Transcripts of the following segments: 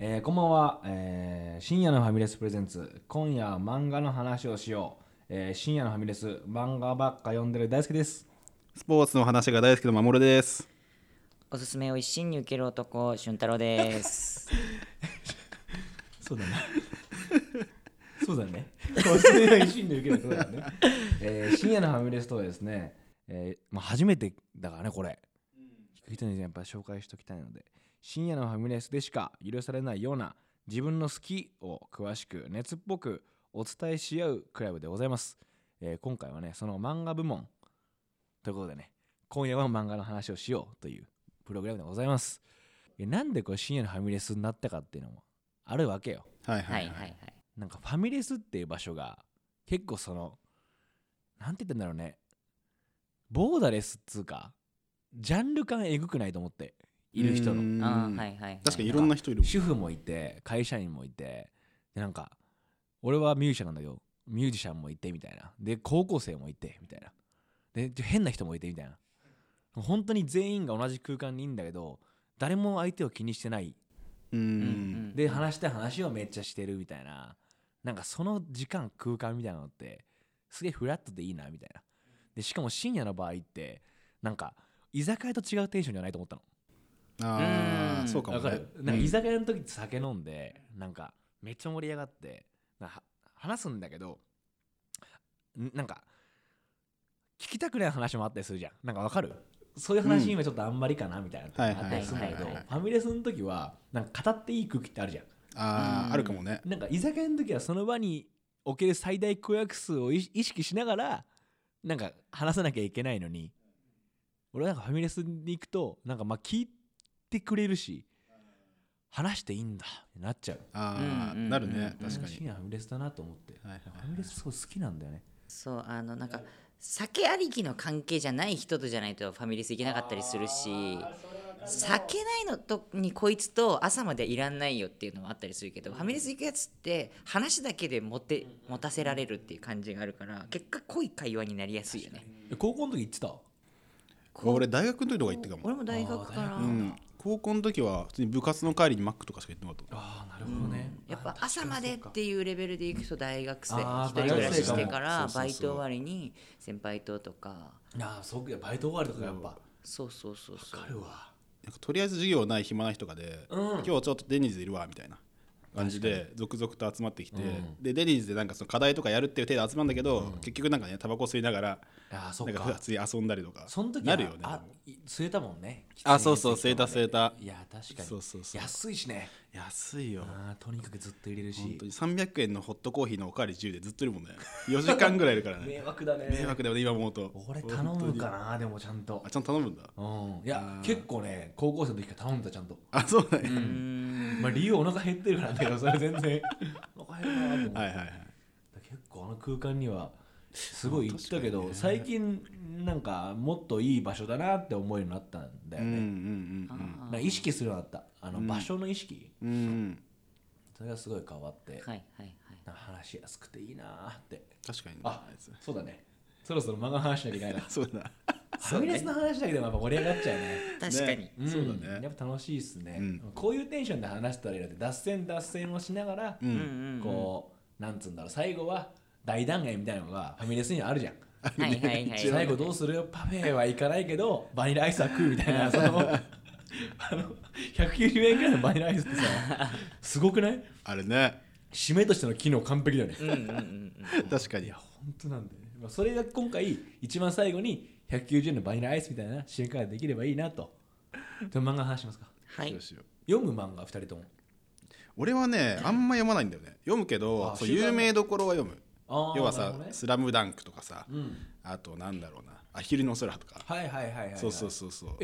こんばんは、深夜のファミレスプレゼンツ。今夜は漫画の話をしよう。深夜のファミレス、漫画ばっか読んでる大好きです。 スポーツの話が大好きな守です。 おすすめを一心に受ける男、俊太郎です。 そうだね。そうだね。おすすめを一心に受けるそうだね。深夜のファミレスとはですね、初めてだからね、これ。聞く人にやっぱ紹介しておきたいので、深夜のファミレスでしか許されないような自分の好きを詳しく熱っぽくお伝えし合うクラブでございます。今回はね、その漫画部門ということでね、今夜は漫画の話をしようというプログラムでございます。なんでこれ深夜のファミレスになったかっていうのもあるわけよ。 はいはいはい。 なんかファミレスっていう場所が結構なんて言ってんだろうね、ボーダレスっつうかジャンル感えぐくないと思って、いる人の。 確かにいろんな人いる。 主婦もいて会社員もいて、でなんか俺はミュージシャンなんだけどミュージシャンもいてみたいな、で高校生もいてみたいな、で変な人もいてみたいな、本当に全員が同じ空間にいるんだけど誰も相手を気にしてない。で話したい話をめっちゃしてるみたいな、なんかその時間空間みたいなのってすげえフラットでいいなみたいな。でしかも深夜の場合ってなんか居酒屋と違うテンションじゃないと思ったの。 そうかもね。 わかる。なんか居酒屋の時って酒飲んでなんかめっちゃ盛り上がって話すんだけど、なんか聞きたくない話もあったりするじゃん。なんかわかる。そういう話今ちょっとあんまりかなみたいなのあったりするんだけど、ファミレスの時はなんか語っていい空気ってあるじゃん。 あるかもね。 なんか居酒屋の時はその場における最大公約数を意識しながらなんか話さなきゃいけないのに、俺なんかファミレスに行くとなんか聞いてくれるし話していいんだってなっちゃう。 なるね。確かに深夜ファミレスだなと思って、ファミレスすごい好きなんだよね。 そうなんか酒ありきの関係じゃない人とじゃないとファミレス行けなかったりするし、酒ないのとにこいつと朝までいらんないよっていうのもあったりするけど、ファミレス行くやつって話だけで持たせられるっていう感じがあるから結果濃い会話になりやすいよね。 高校の時行ってた？ 俺大学の時とか行ってかも。 俺も大学から、 高校の時は普通に部活の帰りにマックとかしか行ってなかった。 なるほどね。 やっぱ朝までっていうレベルで行くと大学生一人暮らししてからバイト終わりに先輩とか、 そうか、バイト終わりとかやっぱそう分かるわ。 なんかとりあえず授業ない暇な日とかで、今日ちょっとデニーズいるわみたいな感じで続々と集まってきて、でデニーズでなんかその課題とかやるっていう手で集まるんだけど、結局なんかねタバコ吸いながらなんか普通に遊んだりとかなるよね。 吸えたもんね。 そう吸えた。 いや確かに。 そう安いしね。 安いよ。 とにかくずっと入れるし、 本当に300円のホットコーヒーのおかわり自由でずっといるもんね。4時間ぐらいいるからね。 迷惑だね。 迷惑だよね今思うと。 俺頼むかな。でもちゃんと頼むんだ。 いや結構ね、高校生の時から頼んだちゃんと。 そうだね。 理由お腹減ってるからだけど、それ全然お腹減るなと思って。結構空間にはすごい行ったけど、最近なんかもっといい場所だなって思うようになったんだよね。なんか意識するようになった。場所の意識、それがすごい変わって、なんか話しやすくていいなって。 確かにそうだね。そろそろ漫画の話しなきゃいけないな。 そうだ。 ファミレスの話だけでもやっぱ盛り上がっちゃうね。 確かに。 そうだね。 やっぱ楽しいっすね。こういうテンションで話したらいいので、脱線をしながら、こうなんつうんだろう、最後は大団円みたいなのがファミレスにはあるじゃん。最後どうする？パフェはいかないけどバニラアイスは食うみたいな、190円くらいのバニラアイスってさ、すごくない？ あれね。 締めとしての機能完璧だよね。 確かに。 いや本当なんだよね。それが今回一番最後に190円のバニラアイスみたいな締め方できればいいなと。でも漫画話しますか。 はい。 読む漫画2人とも。 俺はねあんま読まないんだよね。読むけど有名どころは読む。要はさ、スラムダンクとかさ、あとなんだろうな、アヒルの空とか。そう。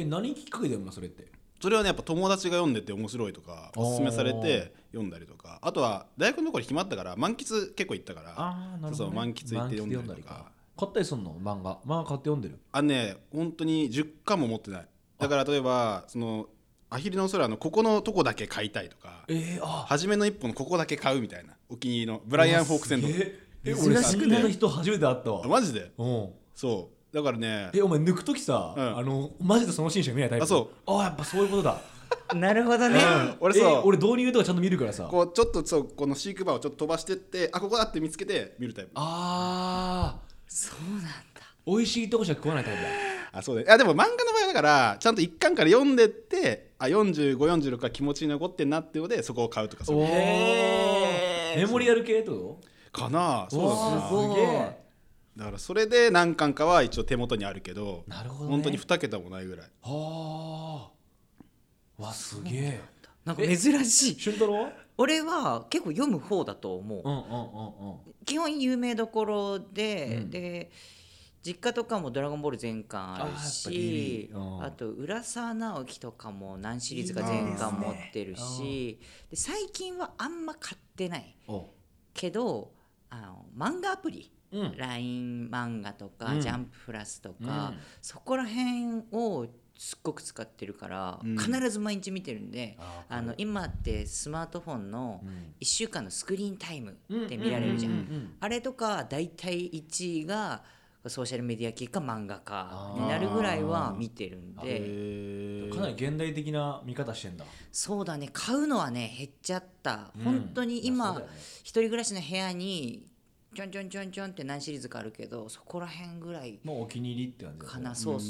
何きっかけで読むのそれって？ それはねやっぱ友達が読んでて面白いとかおすすめされて読んだりとか、あとは大学の頃暇あったから満喫結構行ったから、そう満喫行って読んだりとか。 買ったりすんの？漫画買って読んでる？ 本当に10巻も持ってない。だから例えばそのアヒルの空のここのとこだけ買いたいとか、初めの一歩のここだけ買うみたいな、お気に入りのブライアン・フォークセンとか。 珍しくない人初めて会ったわ。 マジで？そうだからね。 お前抜くときさ、マジでそのシーンしか見ないタイプ。 そう。 やっぱそういうことだ。 なるほどね。 俺俺導入とかちゃんと見るからさ。 こうちょっとそうこの飼育場をちょっと飛ばしてってここだって見つけて見るタイプ。 そうなんだ。 美味しいとこしか食わないタイプだ。 そうででも漫画の場合だからちゃんと1巻から読んでって4546が気持ちに残ってんなっていうのでそこを買うとかそういうメモリアル系ってこかな。そうだな。 すごい。 だからそれで何巻かは一応手元にあるけど、 なるほどね、 本当に2桁もないぐらい。 はあ。わすげえ。 なんか珍しい。 俊太郎は？ 俺は結構読む方だと思う。基本有名どころで、で実家とかもドラゴンボール全巻あるし、あと浦沢直樹とかも何シリーズか全巻持ってるし、で最近はあんま買ってないけど漫画アプリ、LINE 漫画とか、ジャンププラスとか、そこら辺をすっごく使ってるから、必ず毎日見てるんで、今ってスマートフォンの1週間のスクリーンタイムって見られるじゃん。あれとかだいたい1位がソーシャルメディア系か漫画家になるぐらいは見てるんで、 かなり現代的な見方してんだ。 そうだね。買うのはね減っちゃった。本当に今、一人暮らしの部屋にちょんちょんちょんちょんって何シリーズかあるけど、そこら辺ぐらいもうお気に入りって感じかな。そう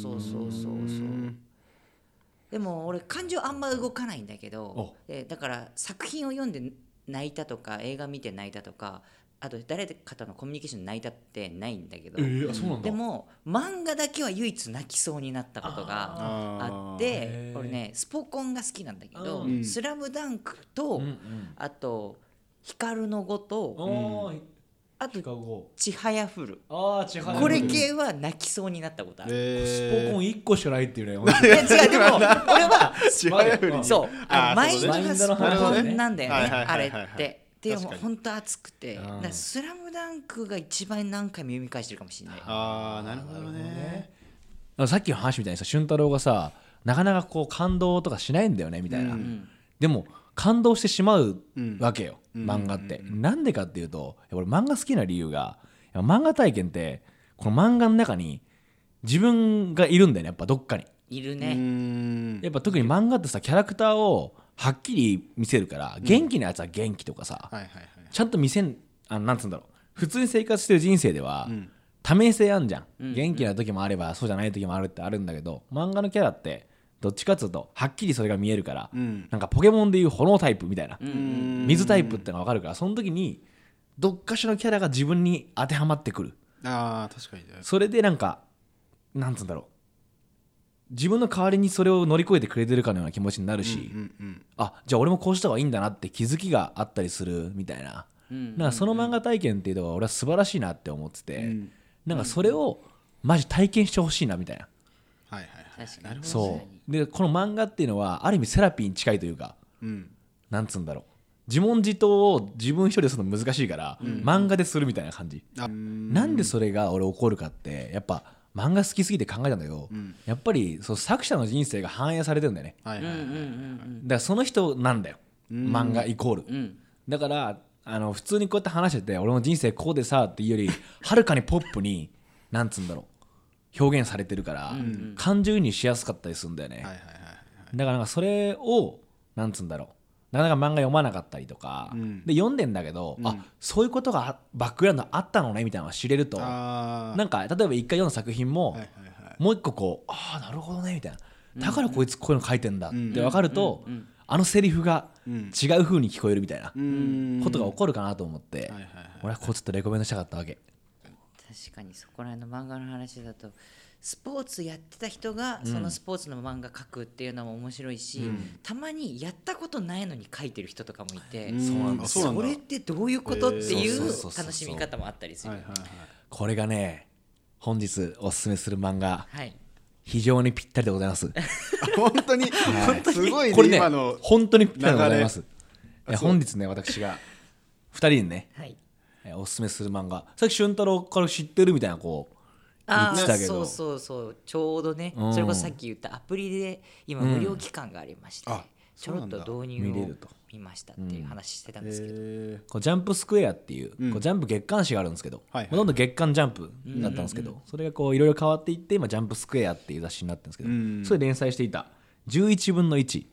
でも俺感情あんま動かないんだけど、だから作品を読んで泣いたとか映画見て泣いたとか、あと誰かとのコミュニケーションで泣いたってないんだけど、 そうなんだ。 でも漫画だけは唯一泣きそうになったことがあって、俺ねスポコンが好きなんだけど、スラムダンクと、あと光の碁と、あとちはやふる、これ系は泣きそうになったことある。 スポコン1個しかないっていうね。 いや違う、でも俺はちはやふりそうマインドがスポコンなんだよね、あれって。でも本当熱くて、スラムダンクが一番何回も読み返してるかもしれない。 なるほどね。 さっきの話みたいにさ、俊太郎がさなかなかこう感動とかしないんだよねみたいな、でも感動してしまうわけよ、漫画って。なんでかっていうと、俺漫画好きな理由が、漫画体験ってこの漫画の中に自分がいるんだよね、やっぱどっかにいるね。 やっぱ特に漫画ってさ、キャラクターをはっきり見せるから、元気なやつは元気とかさ、ちゃんと見せん、なんつうんだろう、普通に生活してる人生では、多面性あんじゃん、元気な時もあればそうじゃない時もあるってあるんだけど、漫画のキャラってどっちかっていうとはっきりそれが見えるから、なんかポケモンでいう炎タイプみたいな、水タイプってのが分かるから、その時にどっかしらのキャラが自分に当てはまってくる。 確かにね。 それでなんかなんつうんだろう、自分の代わりにそれを乗り越えてくれてるかのような気持ちになるし、じゃあ俺もこうした方がいいんだなって気づきがあったりするみたいな、なんかその漫画体験っていうのが俺は素晴らしいなって思ってて、なんかそれをマジ体験してほしいなみたいな。 確かに。 そうで、この漫画っていうのはある意味セラピーに近いというか、なんつうんだろう、自問自答を自分一人でするの難しいから、漫画でするみたいな感じ。なんでそれが俺起こるかって、やっぱ漫画好きすぎて考えたんだけど、やっぱりそう作者の人生が反映されてるんだよね。だからその人なんだよ、漫画イコール、だから普通にこうやって話してて、俺の人生こうでさっていうよりはるかにポップになんつうんだろう、表現されてるから、感情移入しやすかったりするんだよね。だからなんかそれをなんつうんだろう、なかなか漫画読まなかったりとか、で読んでんだけど、そういうことがバックグラウンドあったのねみたいなのが知れると、なんか例えば一回読んだ作品も、もう一個こうなるほどねみたいな、だからこいつこういうの書いてんだって分かると、あのセリフが違う風に聞こえるみたいなことが起こるかなと思って、俺はこうちょっとレコメンドしたかったわけ。 確かにそこら辺の漫画の話だと、スポーツやってた人がそのスポーツの漫画描くっていうのも面白いし、たまにやったことないのに描いてる人とかもいて、それってどういうことっていう楽しみ方もあったりする。 これがね、本日おすすめする漫画、非常にぴったりでございます。 本当にすごいね、 これね今の本当にぴったりでございます。本日ね、私が2人にね、おすすめする漫画、さっき俊太郎から知ってるみたいなこう言ってたけど、 そうちょうどね、それこそさっき言ったアプリで今無料期間がありまして、ちょろっと導入を見ましたっていう話してたんですけど、 こうジャンプスクエアっていう、こうジャンプ月刊誌があるんですけど、どんどん月刊ジャンプだったんですけど、それがこういろいろ変わっていって今ジャンプスクエアっていう雑誌になってるんですけど、それ連載していた11分の1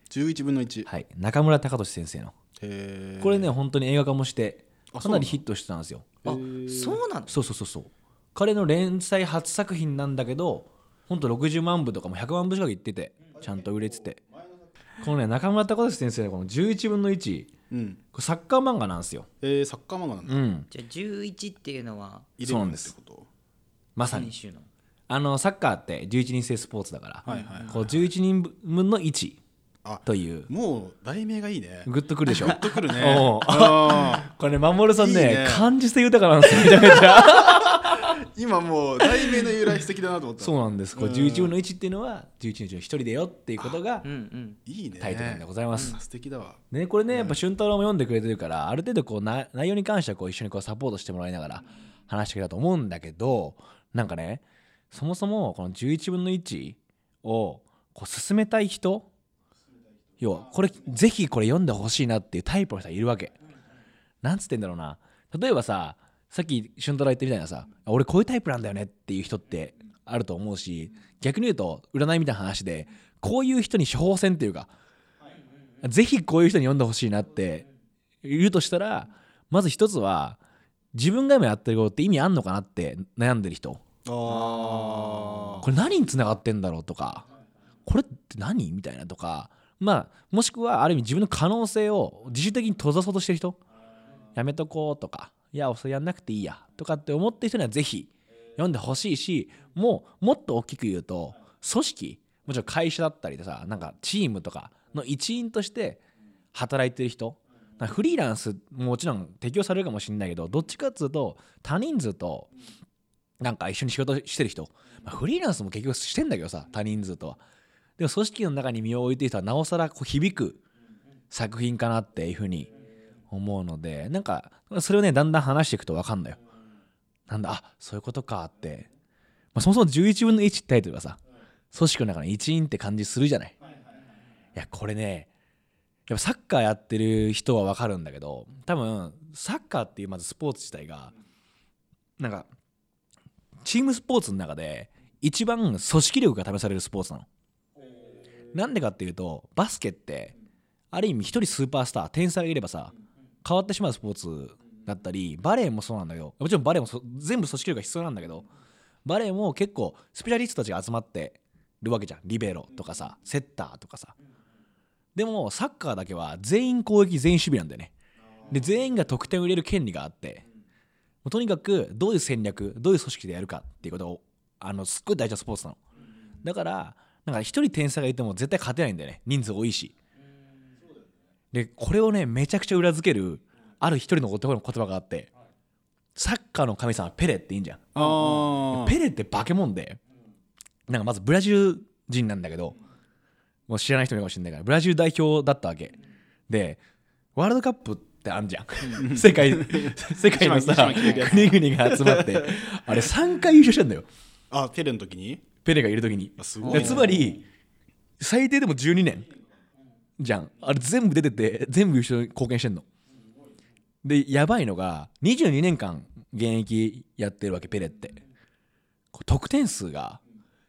11分の1、 はい、中村隆俊先生のこれね本当に映画化もしてかなりヒットしてたんですよ。 そうなの？ そう彼の連載初作品なんだけど本当60万部とかも100万部近くいっててちゃんと売れてて、このね中村隆俊先生のこの11分の1、これサッカー漫画なんですよ。 サッカー漫画なんだ。 じゃあ11っていうのはそうなんです。まさにサッカーって11人制スポーツだから、こう11人分の1という、 もう題名がいいね。 グッとくるでしょ。 グッとくるね。 これ守さんね感じて豊かなんですよめちゃめちゃ今もう題名の由来素敵だなと思った。 そうなんです。これ11分の1っていうのは11人中1人でよっていうことがいいね、 タイトルなんでございます。 素敵だわね。これねやっぱ俊太郎も読んでくれてるからある程度こう内容に関してはこう一緒にこうサポートしてもらいながら話してくれたと思うんだけど、なんかねそもそもこの11分の1をこう進めたい人、要はこれぜひこれ読んでほしいなっていうタイプの人がいるわけ。なんつってんだろうな、例えばさっき俊太郎言ってみたいなさ、俺こういうタイプなんだよねっていう人ってあると思うし、逆に言うと占いみたいな話でこういう人に処方箋っていうかぜひこういう人に読んでほしいなって言うとしたら、まず一つは自分が今やってることって意味あんのかなって悩んでる人、これ何につながってんだろうとか、これって何みたいなとか、もしくはある意味自分の可能性を自主的に閉ざそうとしてる人、やめとこうとか、いやそれやんなくていいやとかって思ってる人にはぜひ読んでほしいし、もっと大きく言うと組織、もちろん会社だったりでさ、なんかチームとかの一員として働いてる人、フリーランスもちろん適用されるかもしれないけど、どっちかっていうと他人数となんか一緒に仕事してる人、フリーランスも結局してんだけどさ他人数とは、でも組織の中に身を置いている人はなおさらこう響く作品かなっていうふうに思うので、なんかそれをねだんだん話していくと分かんだよ。なんだそういうことかって、そもそも11分の1ってタイトルがさ組織の中の一員って感じするじゃない。いやこれねやっぱサッカーやってる人は分かるんだけど、多分サッカーっていうまずスポーツ自体がなんかチームスポーツの中で一番組織力が試されるスポーツなの。なんでかっていうとバスケってある意味一人スーパースター天才がいればさ変わってしまうスポーツだったり、バレーもそうなんだけど、もちろんバレーも全部組織力が必要なんだけど、バレーも結構スペシャリストたちが集まってるわけじゃん。リベロとかさセッターとかさ。でもサッカーだけは全員攻撃全員守備なんだよね。で全員が得点を入れる権利があって、とにかくどういう戦略どういう組織でやるかっていうことをすっごい大事なスポーツなの。だからなんか一人天才がいても絶対勝てないんだよね、人数多いし。でこれをねめちゃくちゃ裏付けるある一人の男の言葉があって、サッカーの神様ペレっていいんじゃん。ペレって化け物で、なんかまずブラジル人なんだけど、もう知らない人もいるかもしれないからブラジル代表だったわけで、ワールドカップってあんじゃん世界のさ国々が集まってあれ3回優勝してんだよ。 ペレの時に、 ペレがいる時に。 すごいね。 つまり最低でも12年じゃん。あれ全部出てて全部優勝に貢献してんので、やばいのが22年間現役やってるわけ。ペレって得点数が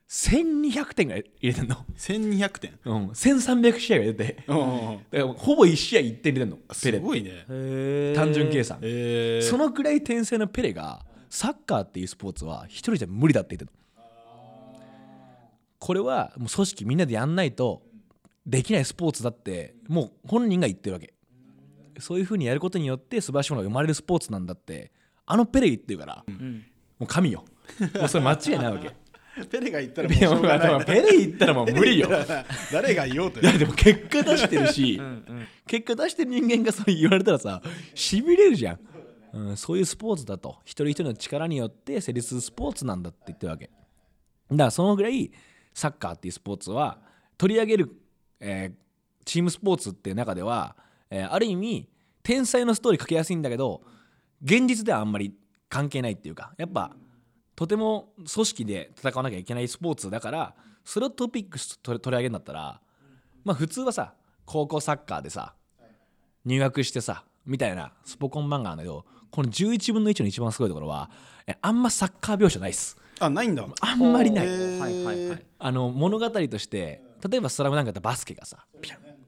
1200点ぐらい入れてんの。 1200点、 1300試合が出てだからほぼ1試合1点入れてんのペレ。 すごいね。 単純計算、そのくらい天才のペレがサッカーっていうスポーツは一人じゃ無理だって言ってるの。これはもう組織みんなでやんないとできないスポーツだってもう本人が言ってるわけ。そういう風にやることによって素晴らしいものが生まれるスポーツなんだってペレ言ってるから、もう神よもうそれ間違いないわけペレが言ったらもうしょうがない。 ペレ言ったらもう無理よ誰が言おうと。 いやでも結果出してるし結果出してる人間がそう言われたらさしびれるじゃん、そういうスポーツだと、一人一人の力によって成立するスポーツなんだって言ってるわけだから、そのぐらいサッカーっていうスポーツは取り上げる、チームスポーツっていう中では、ある意味天才のストーリー書きやすいんだけど現実ではあんまり関係ないっていうか、やっぱとても組織で戦わなきゃいけないスポーツだから、それをトピックス取り上げるんだったら、普通はさ高校サッカーでさ入学してさみたいなスポコン漫画なんだけど、この11分の1の一番すごいところはあんまサッカー描写ないっす。 ないんだ。 あんまりない。物語として例えばスラムダンクだったらバスケがさピャン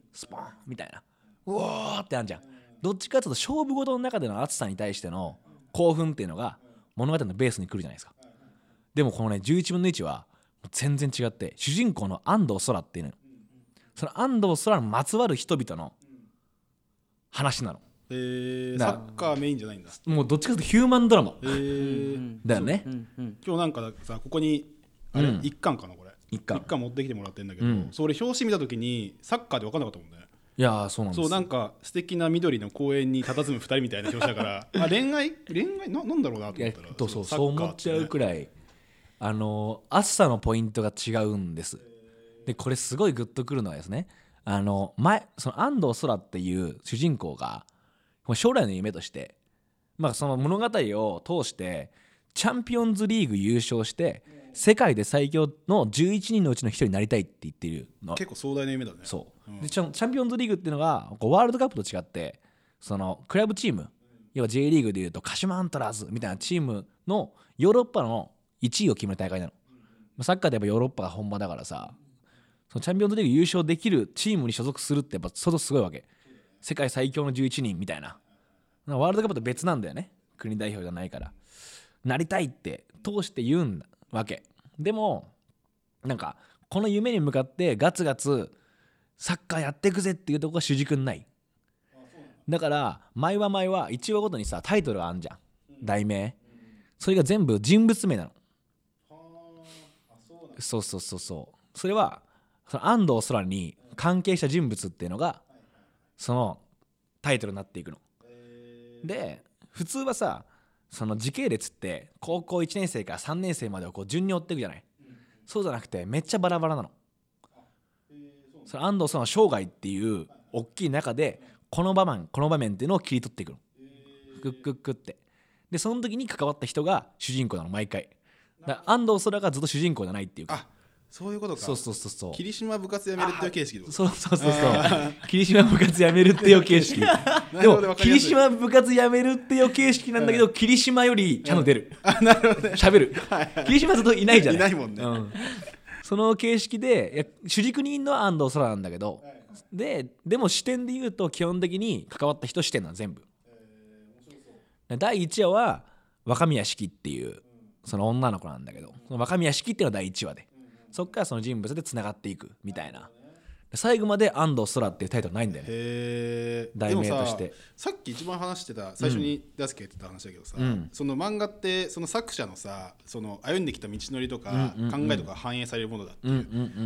スポンみたいなうわーってあるじゃん。どっちかというと勝負事の中での熱さに対しての興奮っていうのが物語のベースに来るじゃないですか。でもこのね11分の1は全然違って、主人公の安藤空っていうの、その安藤空のまつわる人々の話なの。 サッカーメインじゃないんだ。 もうどっちかというとヒューマンドラマだよね。 今日なんかさここにあれ、一巻かなこれ一巻持ってきてもらってんだけど、それ表紙見た時にサッカーで分かんなかったもんね。 いやそうなんです。 そうなんか素敵な緑の公園に佇む2人みたいな表紙だから恋愛なんだろうなと思ったらそう思っちゃうくらい熱さのポイントが違うんです。でこれすごいグッとくるのはですね、その安藤空っていう主人公が将来の夢として、その物語を通してチャンピオンズリーグ優勝して世界で最強の11人のうちの1人になりたいって言ってるの。 結構壮大な夢だね。 そう、でチャンピオンズリーグっていうのがワールドカップと違ってそのクラブチーム、要は J リーグでいうと鹿島アントラーズみたいなチームのヨーロッパの1位を決める大会なの。サッカーでやっぱヨーロッパが本場だからさ、そのチャンピオンズリーグ優勝できるチームに所属するってやっぱ相当すごいわけ。世界最強の11人みたいな。ワールドカップと別なんだよね、国代表じゃないから。なりたいって通して言うんだわけ。でもなんかこの夢に向かってガツガツサッカーやっていくぜっていうところが主軸にない。だから毎話1話ごとにさタイトルがあんじゃん、題名。それが全部人物名なの。そうそれはその安藤空に関係した人物っていうのがそのタイトルになっていくの。で普通はさその時系列って高校1年生から3年生までをこう順に追っていくじゃない。そうじゃなくてめっちゃバラバラなの。その安藤さんの生涯っていう大きい中でこの場面っていうのを切り取っていくの。クッってでその時に関わった人が主人公なの毎回。だから安藤空がずっと主人公じゃないっていうか。 あ、そういうことか。 そう霧島部活やめるっていう形式。 そう霧島部活やめるっていう形式でも霧島部活やめるっていう形式なんだけど、霧島よりちゃんと出る。 なるほどね。 喋る。霧島ずっといないじゃない。 いないもんね。 その形式で主軸にいるのは安藤空なんだけど、でも視点で言うと基本的に関わった人視点なの全部。第1話は若宮四季っていうその女の子なんだけど、その若宮四季っていうのは第1話で、そっからその人物でつながっていくみたいな。最後まで安藤空っていうタイトルないんだよね、題名として。 さっき一番話してた最初に出すけって言った話だけどさ、その漫画ってその作者のさその歩んできた道のりとか考えとか反映されるものだっていう、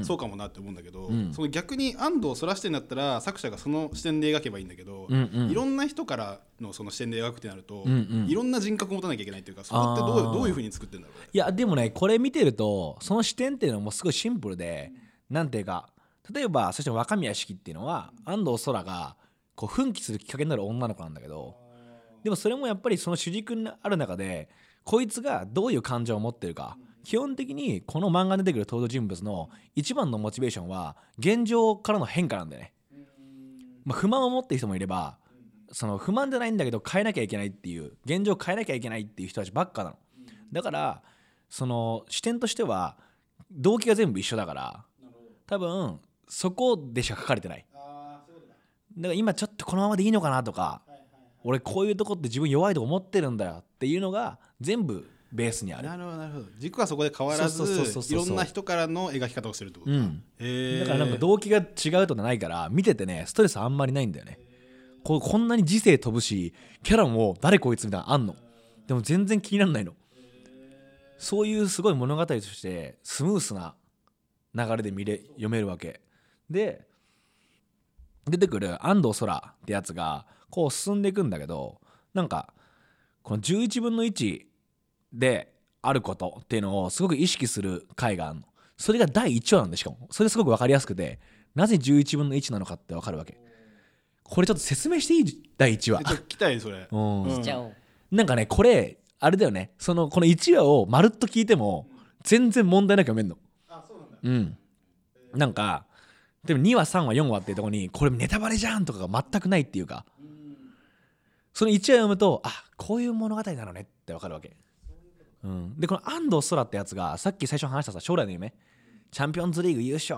そうかもなって思うんだけど、その逆に安藤空視点だったら作者がその視点で描けばいいんだけど、いろんな人からのその視点で描くってなると、いろんな人格を持たなきゃいけないっていうか、そこってどういう風に作ってるんだろうね。 いやでもねこれ見てるとその視点っていうのもすごいシンプルで、なんていうか例えばそして若宮四季っていうのは安藤空がこう奮起するきっかけになる女の子なんだけど、でもそれもやっぱりその主軸にある中でこいつがどういう感情を持ってるか、基本的にこの漫画に出てくる登場人物の一番のモチベーションは現状からの変化なんだよね。不満を持ってる人もいれば、その不満じゃないんだけど変えなきゃいけないっていう、現状を変えなきゃいけないっていう人たちばっかなの。だからその視点としては動機が全部一緒だから、多分そこでしか書かれてない。だから今ちょっとこのままでいいのかなとか、俺こういうとこって自分弱いと思ってるんだよっていうのが全部ベースにある。 なるほど。軸はそこで変わらずいろんな人からの描き方をしてるってことだ。 だからなんか動機が違うとかないから見ててねストレスあんまりないんだよね。こんなに時世飛ぶしキャラも誰こいつみたいなのあんの。でも全然気にならないの。そういうすごい物語としてスムースな流れで読めるわけで、出てくる安藤空ってやつがこう進んでいくんだけど、なんかこの11分の1であることっていうのをすごく意識する回があるの。それが第1話なんで、しかもそれすごく分かりやすくて、なぜ11分の1なのかって分かるわけ。これちょっと説明していい？第1話聞きたいそれ。 しちゃおう。 なんかねこれあれだよね、この1話をまるっと聞いても全然問題なく読めんの。なんかでも2話3話4話っていうところにこれネタバレじゃんとかが全くないっていうか、その1話読むとこういう物語なのねって分かるわけ。でこの安藤空ってやつがさっき最初話したさ将来の夢チャンピオンズリーグ優勝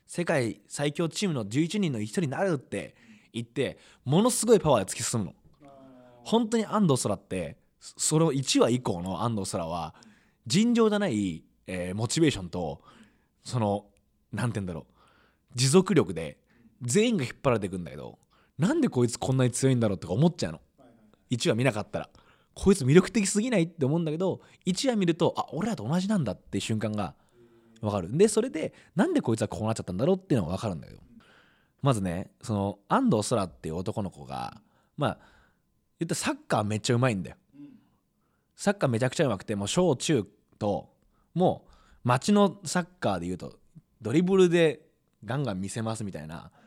世界最強チームの11人の一人になるって言ってものすごいパワーで突き進むの。本当に安藤空ってその1話以降の安藤空は尋常じゃない、モチベーションとそのなんて言うんだろう持続力で全員が引っ張られていくんだけど、なんでこいつこんなに強いんだろうとか思っちゃうの。1話見なかったらこいつ魅力的すぎないって思うんだけど、1話見るとあ俺らと同じなんだっていう瞬間が分かる。でそれでなんでこいつはこうなっちゃったんだろうっていうのが分かるんだけど、まずねその安藤空っていう男の子がまあ言ったらサッカーめっちゃうまいんだよ。サッカーめちゃくちゃうまくてもう小中ともう街のサッカーでいうとドリブルでガンガン見せますみたいな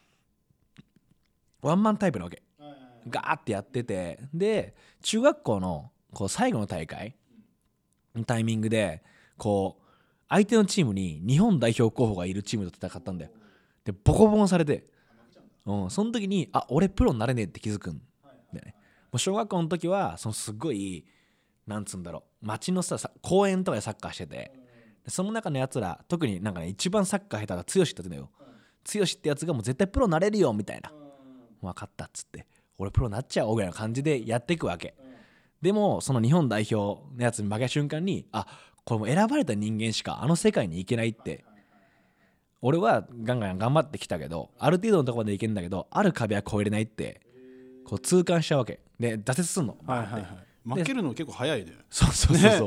ワンマンタイプなわけ。ガーってやってて、で中学校のこう最後の大会のタイミングでこう相手のチームに日本代表候補がいるチームと戦ったんだよ。でボコボコにされて、その時に俺プロになれねえって気づくんだよね。もう小学校の時はそのすごいなんつうんだろう街のさ公園とかでサッカーしてて、その中のやつら特になんかね一番サッカー下手な剛って言ってたのよ。剛ってやつがもう絶対プロになれるよみたいな、分かったっつって俺プロになっちゃおうぐらいの感じでやっていくわけ。でもその日本代表のやつに負けた瞬間にこれも選ばれた人間しかあの世界に行けないって、俺はガンガン頑張ってきたけどある程度のところまで行けるんだけどある壁は越えれないってこう痛感しちゃうわけで挫折すんの。 負けるの結構早いね。 そう、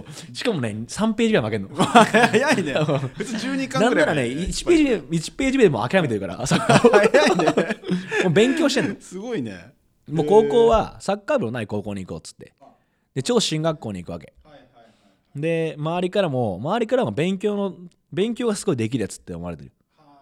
しかもね3ページぐらい負けるの早いね。普通12巻ぐらい。 なんならね1ページ目でもう諦めてるからサッカー早いね。 もう勉強してんの。 すごいね。 もう高校はサッカー部のない高校に行こうっつってで超進学校に行くわけで、周りからも勉強がすごいできるやつって思われてる。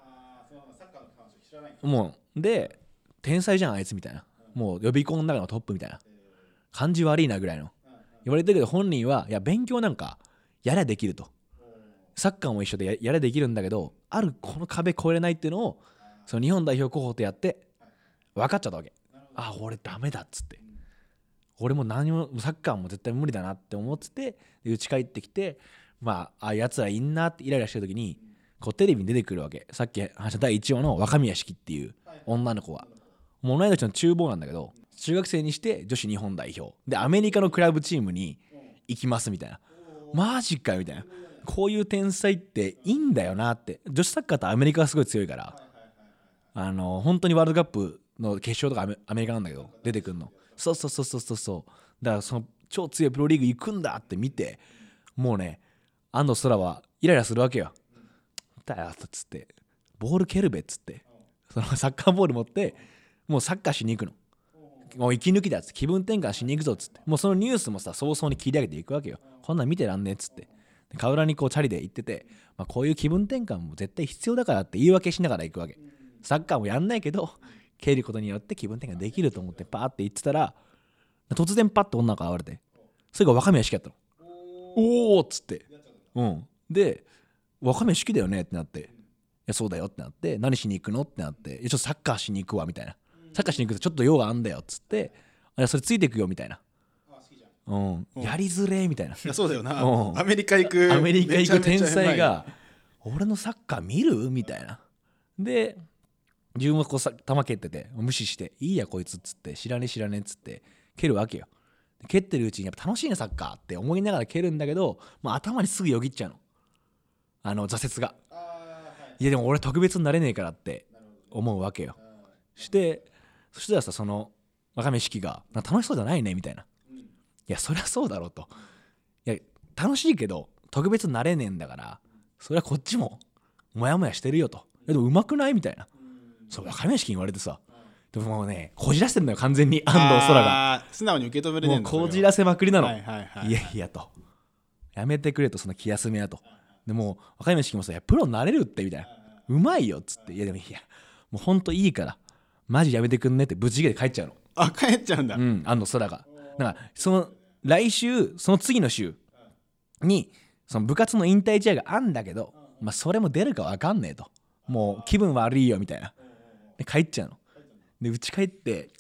もうで天才じゃんあいつみたいな、もう予備校の中のトップみたいな感じ悪いなぐらいの言われてるけど、本人はいや勉強なんかやりゃできると、サッカーも一緒でやりゃできるんだけどあるこの壁越えれないっていうのをその日本代表候補とやって分かっちゃったわけ。俺ダメだっつって、俺も何もサッカーも絶対無理だなって思ってて、で家帰ってきてやつらいんなってイライラしてる時にこうテレビに出てくるわけ。さっき話した第1話の若宮敷っていう女の子はもう同い年の厨房なんだけど、中学生にして女子日本代表でアメリカのクラブチームに行きますみたいな、マジかよみたいな、こういう天才っていいんだよなって。女子サッカーとアメリカがすごい強いから本当にワールドカップの決勝とかアメリカなんだけど出てくるの。そうだからその超強いプロリーグ行くんだって見て、もうね安藤空はイライラするわけよ。だよっつってボール蹴るべっつってそのサッカーボール持ってもうサッカーしに行くの。もう息抜きだっつって気分転換しに行くぞっつって、もうそのニュースもさ早々に切り上げていくわけよ。こんなん見てらんねえっつって河原にこうチャリで行ってて、こういう気分転換も絶対必要だからって言い訳しながら行くわけ。サッカーもやんないけど蹴ることによって気分転換できると思ってパーって言ってたら、突然パッと女の子が現れて、それが若宮敷やったの。おーっつって、で若宮敷だよねってなって、いやそうだよってなって、何しに行くのってなって、ちょっとサッカーしに行くわみたいな、サッカーしに行くとちょっと用があんだよっつって、それついていくよみたいな、やりづれみたいな。いやそうだよな、アメリカ行く天才が俺のサッカー見るみたいな。で自分はこう球蹴ってて無視していいやこいつっつって知らねえっつって蹴るわけよ。蹴ってるうちにやっぱ楽しいねサッカーって思いながら蹴るんだけど、頭にすぐよぎっちゃうの、挫折が。いやでも俺特別になれねえからって思うわけよ。そしたらさ、その若宮敷が楽しそうじゃないねみたいな、いやそりゃそうだろうと、いや楽しいけど特別になれねえんだからそれはこっちもモヤモヤしてるよと、でも上手くないみたいな、そう若宮敷に言われてさ、でももうねこじらせてんのよ完全に安藤空が。 素直に受け止めれねえんだ。 もうこじらせまくりなの。いやいやと、やめてくれと、その気休めやと。でも若宮敷もさ、いやプロになれるってみたいな、うまいよっつって、いやでもいやもうほんといいからマジやめてくんねってぶち切れて帰っちゃうの。 帰っちゃうんだ。 安藤空がだからその来週その次の週にその部活の引退試合があんだけど、それも出るか分かんねえと、もう気分悪いよみたいなで帰っちゃうの。で家帰って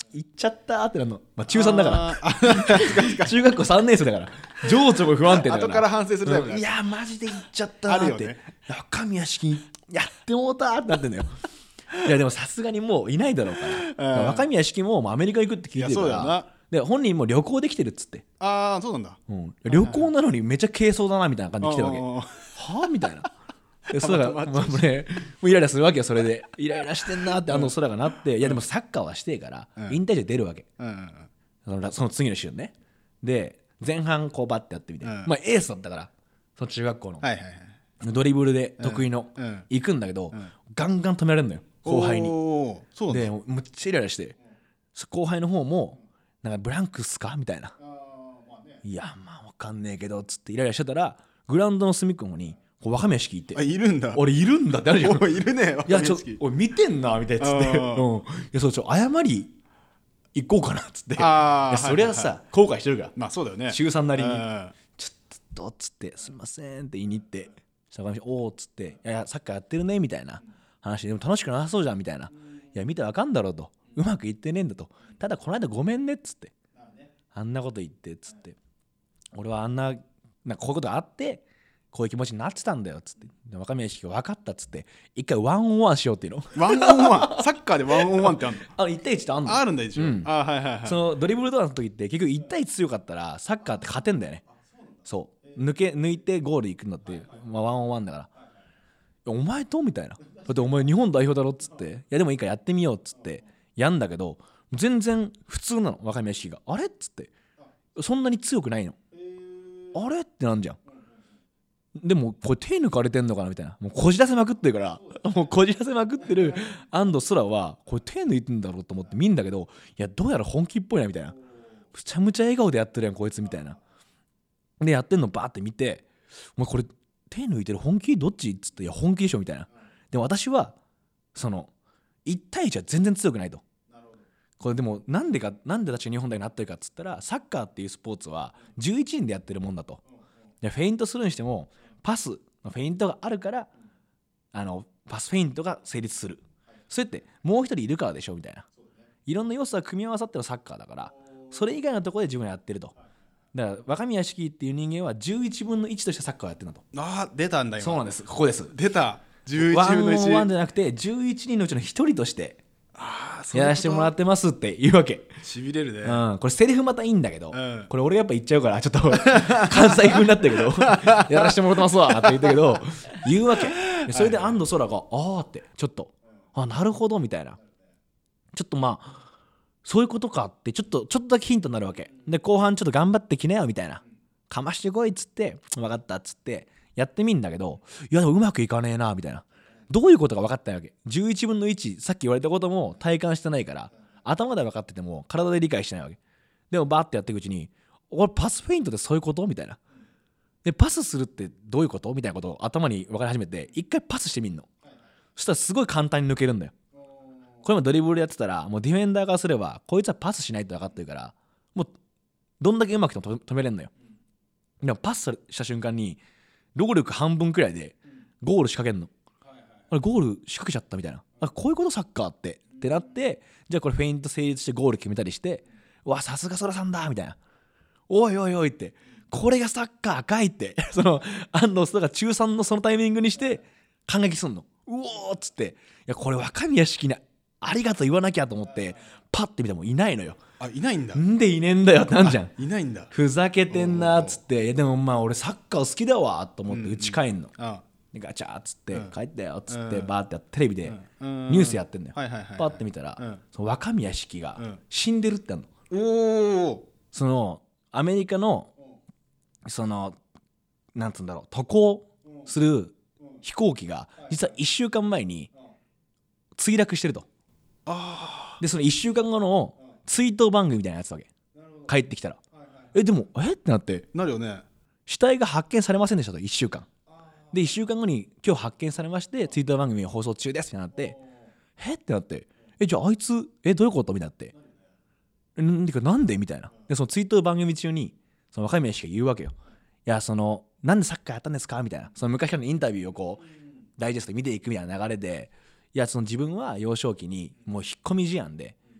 行っちゃったってなるの、まあ、中3だから中学校3年生だから情緒も不安定だから後から反省するタイプだ、 いやマジで行っちゃったって、 あるよね、 若宮式やってもうたってなってんだよいやでもさすがにもういないだろうから、若宮式もアメリカ行くって聞いてるかいやそうだよな、 ら、で本人も旅行できてるっつって、 ああそうなんだ、 旅行なのにめちゃ軽装だなみたいな感じで来てるわけ、はあみたいなで空が、もうね、もうイライラするわけよ。それでイライラしてんなって空がなって、いやでもサッカーはしてえから、引退試合出るわけ、その次の週ね。で前半こうバッてやってみて、まあエースだったからその中学校の、ドリブルで得意の、行くんだけど、ガンガン止められるのよ後輩に。でむっちゃイライラして、後輩の方もなんかブランクっすかみたいな、いやまあわかんねえけどっつってイライラしてたら、グラウンドの隅っこに若宮式いて、 いるんだ、 俺いるんだってあるじゃん、 いるね、 いやちょ俺見てんなみたいなっつって、いやそう謝り行こうかなっつって、いやそりゃさ、後悔してるから、 まあそうだよね、 中3なりにちょっとっつって、すいませんって言いに行って、坂上おーっつって、いやサッカーやってるねみたいな話で、も楽しくなさそうじゃんみたいな、いや見てわかんだろうと、うまくいってねえんだと、ただこの間ごめんねっつって、あんなこと言ってっつって、俺はなんかこういうことがあってこういう気持ちになってたんだよっつって、若宮式が分かったっつって、一回ワンオンワンしようっていうの。 ワンオンワンサッカーでワンオンワンってあるの 1対1ってあんの。 あるんだ一応、 そのドリブルとかの時って結局1対1強かったらサッカーって勝てんだよね。そう抜いてゴール行くんだって、まあ、ワンオンワンだから、お前とみたいな、だってお前日本代表だろっつって、いやでもいいからやってみようっつってやんだけど、全然普通なの若宮式が。あれっつって、そんなに強くないの、あれってなんじゃん。でもこれ手抜かれてんのかなみたいな、もうこじらせまくってるからもうこじらせまくってる安藤空はこれ手抜いてんだろうと思って見んだけど、いやどうやら本気っぽいなみたいな、むちゃむちゃ笑顔でやってるやんこいつみたいな。でやってんのバーって見て、お前これ手抜いてる本気どっちっつって、いや本気でしょみたいな。でも私はその1対1は全然強くないと。これでもなんで私が日本代表になってるかっつったら、サッカーっていうスポーツは11人でやってるもんだと。でフェイントするにしてもパスのフェイントがあるから、パスフェイントが成立する、それってもう一人いるからでしょみたいな、いろんな要素が組み合わさってのサッカーだから、それ以外のところで自分はやってると。だから若宮式っていう人間は11分の1としてサッカーをやってるんだと。 あ出たんだよ。 そうなんです、ここです。 出た、11分の1、 1じゃなくて11人のうちの1人としてやらせてもらってますって言うわけ。 しびれるね、 これセリフまたいいんだけど、これ俺やっぱ言っちゃうからちょっと関西風になったけどやらせてもらってますわって言ったけど言うわけ。それで安藤空があーってちょっとなるほどみたいな、ちょっとまあそういうことかってちょっとだけヒントになるわけで、後半ちょっと頑張ってきなよみたいな、かましてこいっつって、分かったっつってやってみんだけど、いやでもうまくいかねえなみたいな、どういうことか分かったわけ。11分の1、さっき言われたことも体感してないから、頭で分かってても体で理解してないわけでも、バーってやっていくうちに、俺パスフェイントってそういうことみたいな、でパスするってどういうことみたいなことを頭に分かり始めて、一回パスしてみんの。そしたらすごい簡単に抜けるんだよ。これもドリブルやってたら、もうディフェンダーからすればこいつはパスしないと分かってるから、もうどんだけうまくても止めれんのよ。でもパスした瞬間に労力半分くらいでゴール仕掛けんの。あれゴール仕掛けちゃったみたいな、こういうことサッカーってなって、じゃあこれフェイント成立してゴール決めたりして、わさすが空さんだみたいな、おいおいおいって、これがサッカーかいってその安藤さんが中3のそのタイミングにして感激すんの。うおーっつって、いやこれ若宮式なありがとう言わなきゃと思ってパッて見てもいないのよ。 いないんだ。 んでいねえんだよってなんじゃん。 いないんだ。 ふざけてんなっつって、いやでもまあ俺サッカー好きだわと思って打ち返んの。でガチャーっつって帰ったよっつってバーってテレビでニュースやってんだよ。パッて見たらその若宮式が死んでるってあるの。そのアメリカのそのなんつうんだろう、渡航する飛行機が実は1週間前に墜落してると。でその1週間後の追悼番組みたいなやつわけ。帰ってきたらでもってなってなるよね。 死体が発見されませんでしたと。1週間で1週間後に今日発見されまして追悼番組放送中ですってなって、ってなって、じゃああいつどういうことみたいになって、なんでみたいな。でその追悼番組中にその若宮氏が言うわけよ。いやそのなんでサッカーやったんですかみたいな、その昔からのインタビューをこうダイジェストで見ていくみたいな流れで、いやその自分は幼少期にもう引っ込み思案で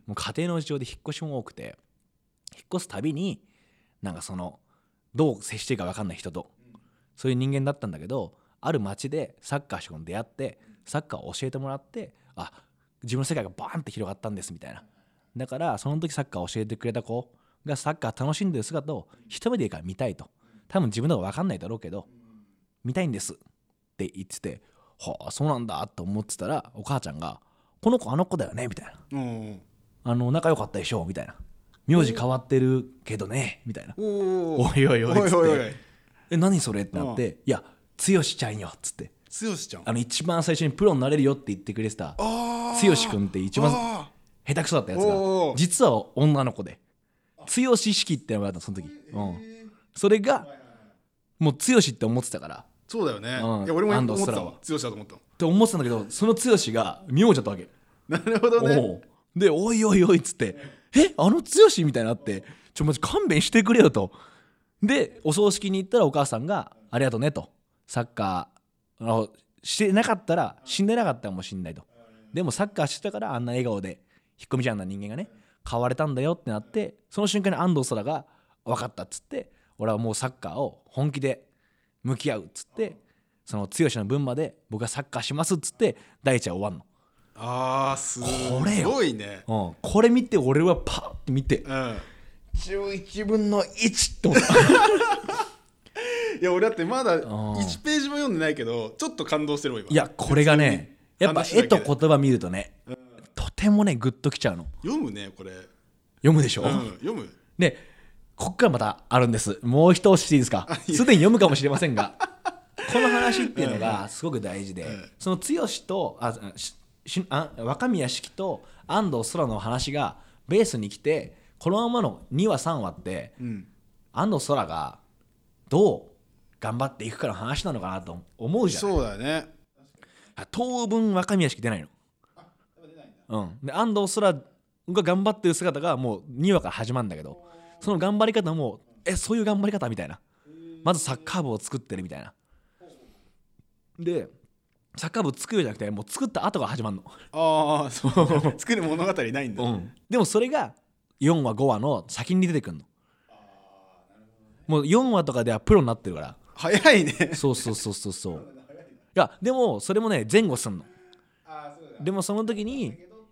もう家庭の事情で引っ越しも多くて、引っ越すたびになんかそのどう接していいか分かんない人と、そういう人間だったんだけど、ある町でサッカーして出会って、サッカーを教えてもらって、自分の世界がバーンって広がったんですみたいな。だからその時サッカーを教えてくれた子がサッカー楽しんでる姿を一目でいいから見たいと。多分自分の方が分かんないだろうけど見たいんですって言ってて、そうなんだと思ってたら、お母ちゃんがこの子あの子だよねみたいな、仲良かったでしょみたいな、名字変わってるけどねみたいな、おいおいおいっつって何それってなって、いや剛ちゃんよっつって、 剛ちゃん一番最初にプロになれるよって言ってくれてた剛くんって一番下手くそだったやつが実は女の子で、剛式ってのがあったその時、それがもう剛って思ってたから。 そうだよね、いや俺も思ってたわ、剛だと思ったって思ってたんだけど、その剛が名字だったわけ。 なるほどね。 でおいおいおいっつって、あの剛みたいになって、マジ勘弁してくれよと。でお葬式に行ったらお母さんがありがとうねと、サッカーしてなかったら死んでなかったかもしんないと、でもサッカーしてたからあんな笑顔で引っ込みちゃんな人間がね変われたんだよってなって、その瞬間に安藤空が分かったっつって、俺はもうサッカーを本気で向き合うっつって、その剛の分まで僕がサッカーしますっつって第一話終わんの。 すごいね。 これ見て俺はパッて見て、11分の1って思ったいや俺だってまだ1ページも読んでないけどちょっと感動してるもん今。 いやこれがねやっぱ絵と言葉見るとね、とてもねグッときちゃうの。 読むねこれ。 読むでしょ、 読む。 でこっからまたあるんです。もう一押ししていいですか。すでに読むかもしれませんがこの話っていうのがすごく大事で、その剛と若宮四季と安藤空の話がベースに来て、このままの2話3話って、安藤空がどう頑張っていくかの話なのかなと思うじゃない。 そうだね。 当分若宮四季出ないの。で安藤空が頑張ってる姿がもう2話から始まるんだけど、その頑張り方もそういう頑張り方みたいな、まずサッカー部を作ってるみたいな。でサッカー部作るじゃなくてもう作った後が始まるの。 そう作る物語ないんだ、 でもそれが4話5話の先に出てくるの。もう4話とかではプロになってるから早いね。 そういやでもそれもね前後すんの。でもその時に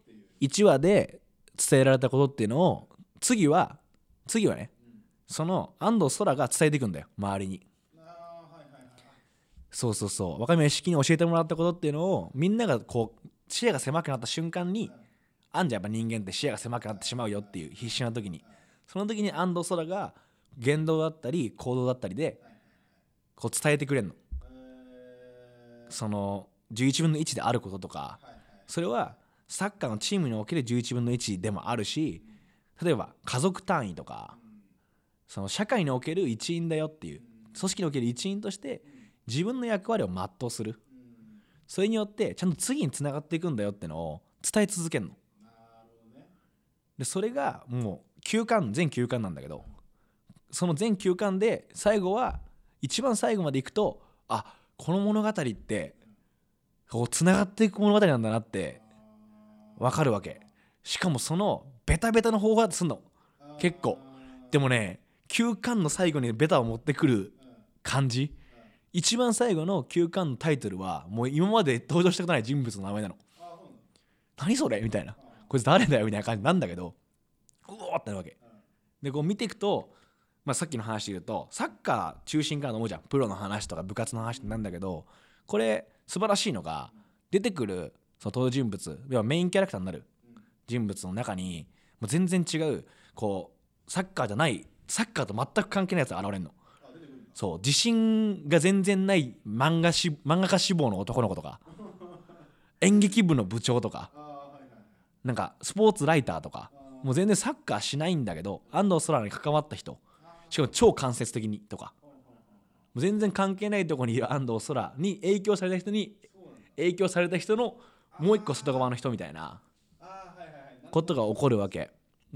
1話で伝えられたことっていうのを次はね、その安藤空が伝えていくんだよ周りに。若宮四季に教えてもらったことっていうのをみんながこう視野が狭くなった瞬間に、やっぱ人間って視野が狭くなってしまうよっていう必死な時に、その時に安藤空が言動だったり行動だったりでこう伝えてくれるの。その11分の1であることとか、それはサッカーのチームにおける11分の1でもあるし、例えば家族単位とかその社会における一員だよっていう、組織における一員として自分の役割を全うする、それによってちゃんと次につながっていくんだよってのを伝え続けるの。でそれがもう全9巻なんだけど、その全9巻で最後は一番最後までいくと、この物語ってこうつながっていく物語なんだなって分かるわけ。しかもそのベタベタの方法すんの結構。でもね9巻の最後にベタを持ってくる感じ、一番最後の9巻のタイトルはもう今まで登場したことない人物の名前なの。何それみたいな、こいつ誰だよみたいな感じなんだけど、うおーってなるわけで、こう見ていくと、さっきの話で言うとサッカー中心からの思うじゃん、プロの話とか部活の話ってなんだけど、これ素晴らしいのが出てくるその登場人物、要はメインキャラクターになる人物の中にもう全然違うこうサッカーじゃない、サッカーと全く関係ないやつが現れるの。そう自信が全然ない漫画家志望の男の子とか演劇部の部長とかなんかスポーツライターとか、もう全然サッカーしないんだけど安藤空に関わった人、しかも超間接的にとか、もう全然関係ないところにいる安藤空に影響された人に影響された人のもう一個外側の人みたいなことが起こるわけ。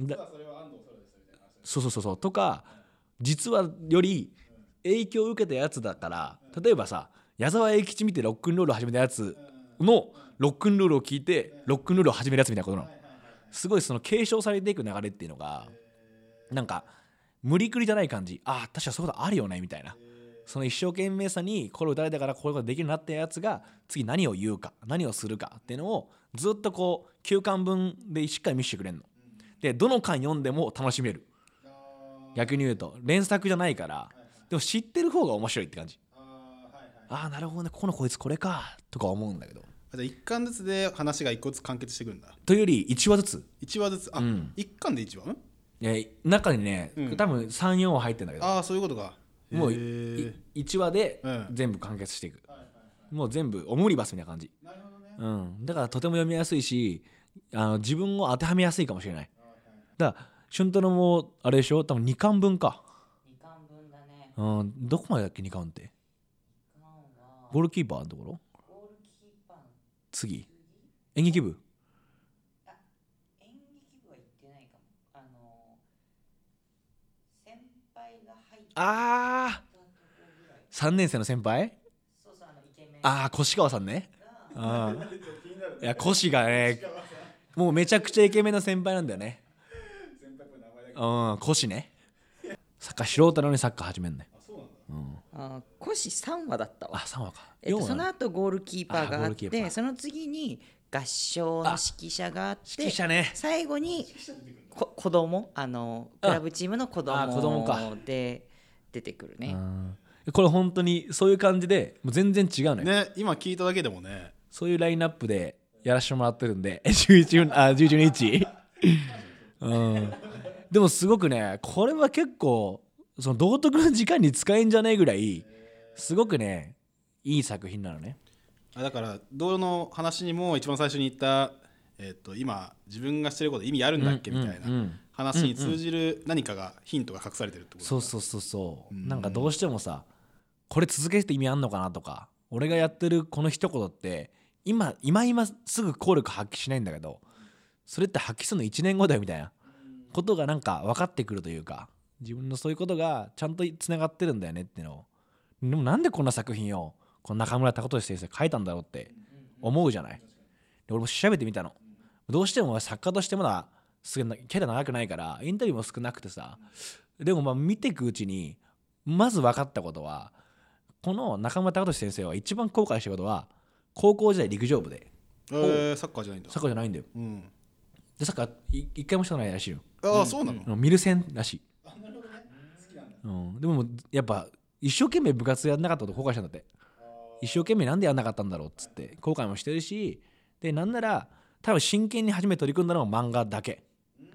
そうとか、実はより影響を受けたやつだから、例えばさ矢沢永吉見てロックンロールを始めたやつのロックンロールを聞いてロックンロールを始めるやつみたいなことなの。 すごいその継承されていく流れっていうのがなんか無理くりじゃない感じ。あ、確かそういうことあるよねみたいな。その一生懸命さにこれを打たれたからこういうことできるようになったやつが次何を言うか何をするかっていうのをずっとこう9巻分でしっかり見せてくれるので、どの巻読んでも楽しめる。逆に言うと連作じゃないから、でも知ってる方が面白いって感じ。ああなるほどね、こいつこれかとか思うんだけど、 じゃあ1巻ずつで話が1個ずつ完結してくるんだ。 というより1話ずつ。 1話ずつ、あ、1巻で1話？ 中にね、多分 3,4 話入ってるんだけど、 ああそういうことか。 もう1話で全部完結していく、もう全部オムニバスみたいな感じ。なるほどね。だからとても読みやすいし、自分を当てはめやすいかもしれない。だから俊太郎もあれでしょ、多分2巻分か。 2巻分だね。 どこまでだっけ2巻って。ゴールキーパーのところ？ ゴールキーパーの次演劇部？ 演劇部は行ってないかも。先輩が入ってあ3年生の先輩？ そうそう、イケメン。 越川さんね。いや越がねもうめちゃくちゃイケメンの先輩なんだよね。越ね。サッカー素人なのにサッカー始めんね。 コシ3話だったわ。 3話か。 その後ゴールキーパーがあって、その次に合唱の指揮者があって、 指揮者ね、 最後に子供、クラブチームの子供で出てくるね。 これ本当にそういう感じでもう全然違うのよね。今聞いただけでもね、 そういうラインナップでやらせてもらってるんで11日でもすごくね、これは結構その道徳の時間に使えんじゃねえぐらいすごくねいい作品なのね。 だからどの話にも一番最初に言った、今自分がしてること意味あるんだっけみたいな話に通じる何かがヒントが隠されてるってこと。 そう、なんかどうしてもさ、これ続けて意味あんのかなとか、俺がやってるこの一言って今すぐ効力発揮しないんだけど、それって発揮するの1年後だよみたいなことがなんか分かってくるというか、自分のそういうことがちゃんとつながってるんだよねっていうのを。でもなんでこんな作品をこの中村貴俊先生書いたんだろうって思うじゃない。で俺も調べてみたの。どうしても作家としてまだキャリア長くないからインタビューも少なくてさ、でも見ていくうちにまず分かったことは、この中村貴俊先生は一番後悔したことは高校時代陸上部で、 サッカーじゃないんだ。 サッカーじゃないんだよ、でサッカー一回もしたことないらしいよ。 そうなの。 見る線らしい。でもやっぱ一生懸命部活やんなかったこと後悔したんだって。一生懸命なんでやんなかったんだろうっつって後悔もしてるし、でなんなら多分真剣に初めて取り組んだのは漫画だけ。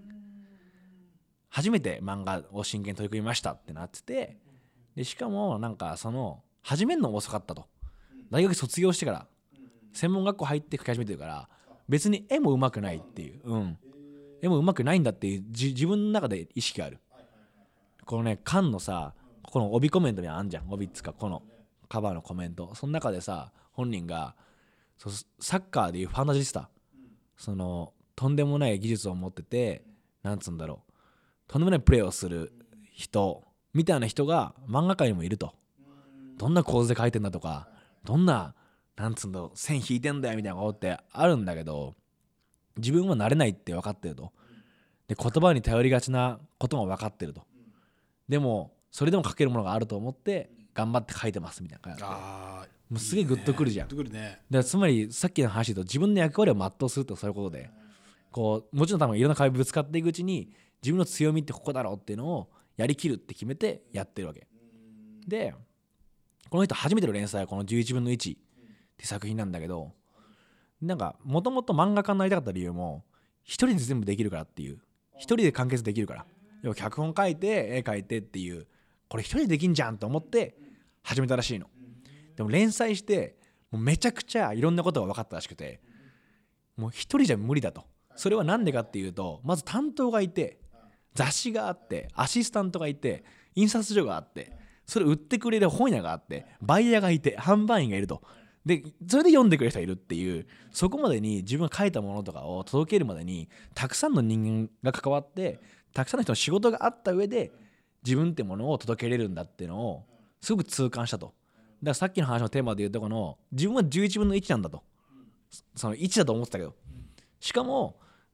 初めて漫画を真剣に取り組みましたってなってて、でしかもなんかその始めるのも遅かったと。大学卒業してから専門学校入って書き始めてるから、別に絵も上手くないっていう、絵も上手くないんだっていう自分の中で意識がある。このね巻のさ、この帯コメントにあんじゃん、帯っつかこのカバーのコメント、その中でさ本人がサッカーでいうファンタジスタ、そのとんでもない技術を持ってて、なんつうんだろう、とんでもないプレーをする人みたいな人が漫画界にもいると。どんな構図で描いてんだとか、どんななんつうんだろう線引いてんだよみたいなことってあるんだけど、自分はなれないって分かってると。で言葉に頼りがちなことも分かってると。でもそれでも書けるものがあると思って頑張って書いてますみたいな感じで、もうすげえグッとくるじゃん。 グッとくるね。 だからつまりさっきの話で言うと、自分の役割を全うするってそういうことで、こうもちろん多分いろんな壁ぶつかっていくうちに自分の強みってここだろうっていうのをやりきるって決めてやってるわけで、この人初めての連載はこの11分の1って作品なんだけど、なんかもともと漫画家になりたかった理由も一人で全部できるからっていう、一人で完結できるから、要は脚本書いて絵描いてっていう、これ一人でできんじゃんと思って始めたらしいの。でも連載してもうめちゃくちゃいろんなことが分かったらしくて、もう一人じゃ無理だと。それはなんでかっていうと、まず担当がいて、雑誌があって、アシスタントがいて、印刷所があって、それ売ってくれる本屋があって、バイヤーがいて、販売員がいると。でそれで読んでくれる人がいるっていう、そこまでに自分が書いたものとかを届けるまでにたくさんの人間が関わって、たくさんの人の仕事があった上で自分ってものを届けれるんだっていうのをすごく痛感したと。だからさっきの話のテーマで言うとこの自分は11分の1なんだと、その1だと思ってたけど、しかも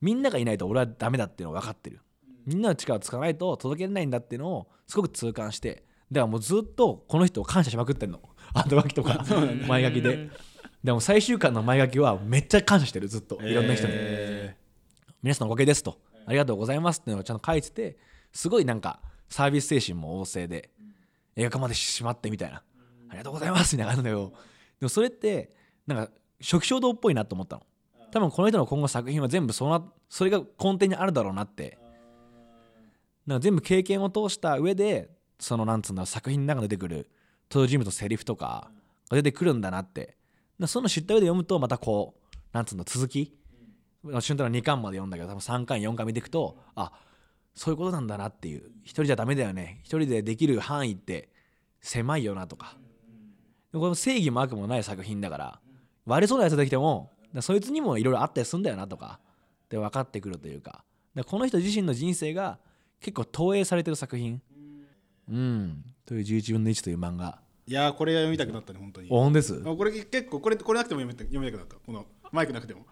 みんながいないと俺はダメだっていうのを分かってる。みんなの力を使わないと届けれないんだっていうのをすごく痛感して、だからもうずっとこの人を感謝しまくってんの。後書きとか前書きで。でも最終巻の前書きはめっちゃ感謝してる、ずっといろんな人に、皆さんのおかげですと、ありがとうございますっていうのをちゃんと書いてて、すごいなんかサービス精神も旺盛で、映画化までしまってみたいな、ありがとうございますみたいな感じだよ。でもそれってなんか初期衝動っぽいなと思ったの。多分この人の今後作品は全部それが根底にあるだろうなって、なんか全部経験を通した上でそのなんつうんだろう、作品の中で出てくる登場人物のセリフとかが出てくるんだなって、その知った上で読むとまたこうなんつうんだ続き、俊太郎2巻まで読んだけど多分3巻4巻見ていくと、あ、そういうことなんだなっていう、一人じゃダメだよね、一人でできる範囲って狭いよなとか、でもこの正義も悪もない作品だから割れそうなやつができてもそいつにもいろいろあったりするんだよなとかで分かってくるというか、この人自身の人生が結構投影されてる作品、という11分の1という漫画。 いやーこれが読みたくなったね本当に。 本です。 これ結構これなくても読みたくなった。このマイクなくても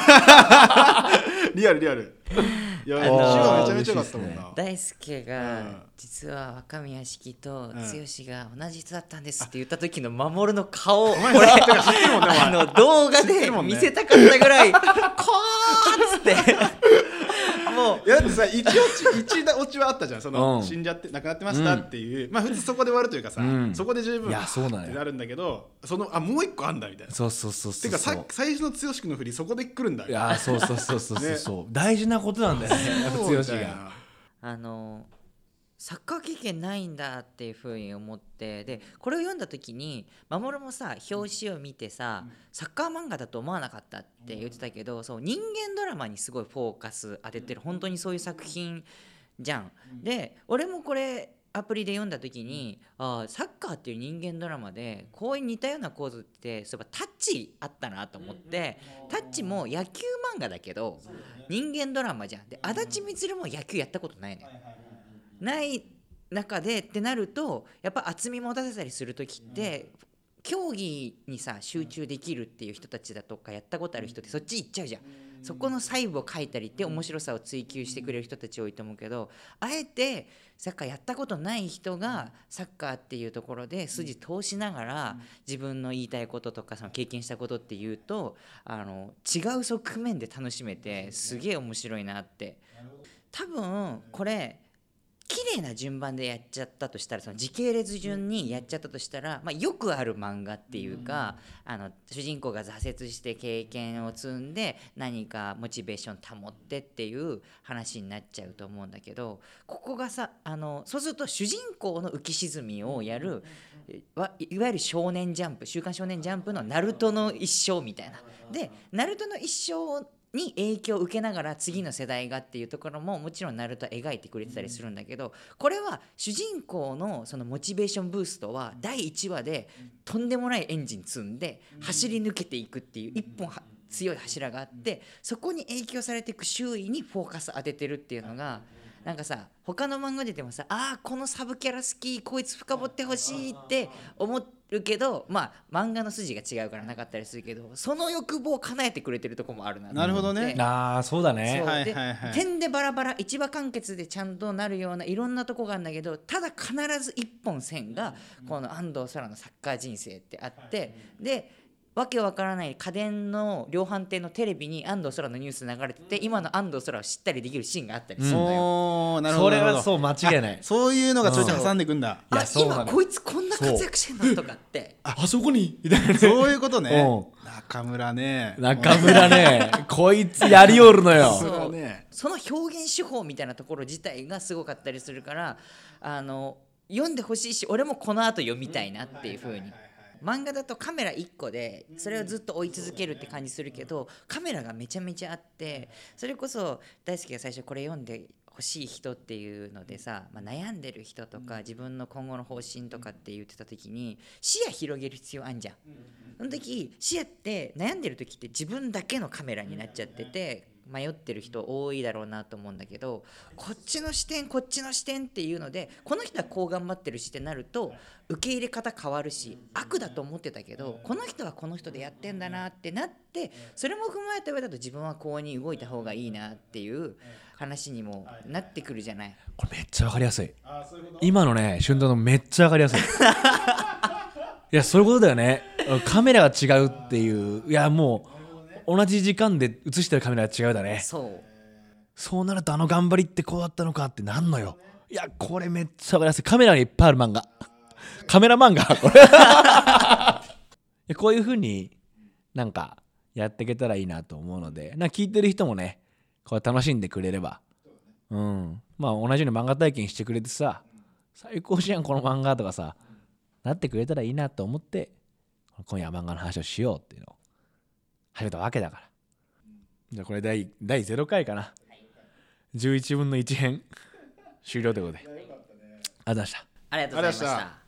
リアルいや手話めちゃめちゃ良かったもんな。 大輔が実は若宮敷と剛が同じ人だったんですって言った時の守の顔、これ動画で見せたかったぐらいこーっつってもういやだってさ一オチはあったじゃん、その、死んじゃって亡くなってましたっていう、まあ普通そこで終わるというかさ、そこで十分ってなるんだけど、そのもう一個あんだみたいな。そうてか最初の剛君の振りそこで来るんだ。 いやそうね、大事なことなんだよね、やっぱ剛がサッカー経験ないんだっていうふうに思って、でこれを読んだ時に守もさ表紙を見てさ、サッカー漫画だと思わなかったって言ってたけど、そう人間ドラマにすごいフォーカス当ててる本当にそういう作品じゃん。で俺もこれアプリで読んだ時にサッカーっていう人間ドラマでこういう似たような構図ってそういえばタッチあったなと思って、タッチも野球漫画だけど人間ドラマじゃん。で足立みつるも野球やったことないのよ、ない中でってなるとやっぱ厚み持たせたりする時って競技にさ集中できるっていう人たちだとかやったことある人ってそっち行っちゃうじゃん。そこの細部を書いたりって面白さを追求してくれる人たち多いと思うけど、あえてサッカーやったことない人がサッカーっていうところで筋通しながら自分の言いたいこととかその経験したことっていうと違う側面で楽しめてすげえ面白いなって。多分これ綺麗な順番でやっちゃったとしたら、その時系列順にやっちゃったとしたら、よくある漫画っていうか、主人公が挫折して経験を積んで何かモチベーション保ってっていう話になっちゃうと思うんだけど、ここがさそうすると主人公の浮き沈みをやるいわゆる少年ジャンプ、週刊少年ジャンプのナルトの一生みたいなで、ナルトの一生に影響を受けながら次の世代がっていうところももちろんナルトは描いてくれてたりするんだけど、これは主人公のそのモチベーションブーストは第1話でとんでもないエンジン積んで走り抜けていくっていう一本強い柱があって、そこに影響されていく周囲にフォーカス当ててるっていうのがなんかさ、他の漫画でもさ、このサブキャラ好き、こいつ深掘ってほしいって思るけど、漫画の筋が違うからなかったりするけど、その欲望を叶えてくれてるとこもあるなと思って。 なるほどね。 そうだね。 点でバラバラ一話完結でちゃんとなるようないろんなとこがあるんだけど、ただ必ず一本線がこの安藤空のサッカー人生ってあって、でわけわからない家電の量販店のテレビに安藤空のニュース流れてて、今の安藤空を知ったりできるシーンがあったりするんだよ。 なるほど。 それはそう間違いない。 そういうのがちょいちょい挟んでいくんだ。 今こいつこんな活躍してんのとかって。 あそこにみたいな。 そういうことね。中村ね。 こいつやりおるのよ。 その表現手法みたいなところ自体がすごかったりするから読んでほしいし、俺もこの後読みたいなっていう風に。漫画だとカメラ1個でそれをずっと追い続けるって感じするけど、カメラがめちゃめちゃあって、それこそ大輔が最初これ読んでほしい人っていうのでさ、悩んでる人とか自分の今後の方針とかって言ってた時に視野広げる必要あんじゃん。その時視野って悩んでる時って自分だけのカメラになっちゃってて、 迷ってる人多いだろうなと思うんだけど、こっちの視点こっちの視点っていうので、この人はこう頑張ってるしってなると受け入れ方変わるし、悪だと思ってたけどこの人はこの人でやってんだなってなって、それも踏まえた上だと自分はこうに動いた方がいいなっていう話にもなってくるじゃない。 これめっちゃわかりやすい。今のね俊太のめっちゃわかりやすいいやそういうことだよね。カメラが違うっていう、いやもう同じ時間で映してるカメラが違うだね。そうなるとあの頑張りってこうだったのかってなんのよ。いやこれめっちゃわかりやすい。カメラにいっぱいある漫画、カメラ漫画これこういう風になんかやっていけたらいいなと思うので、なんか聞いてる人もねこう楽しんでくれれば、まあ同じように漫画体験してくれてさ、最高じゃんこの漫画とかさなってくれたらいいなと思って、今夜は漫画の話をしようっていうのを始めたわけだから。じゃあこれ第0回かな、11分の1編終了ということで、ありがとうございました。 ありがとうございました。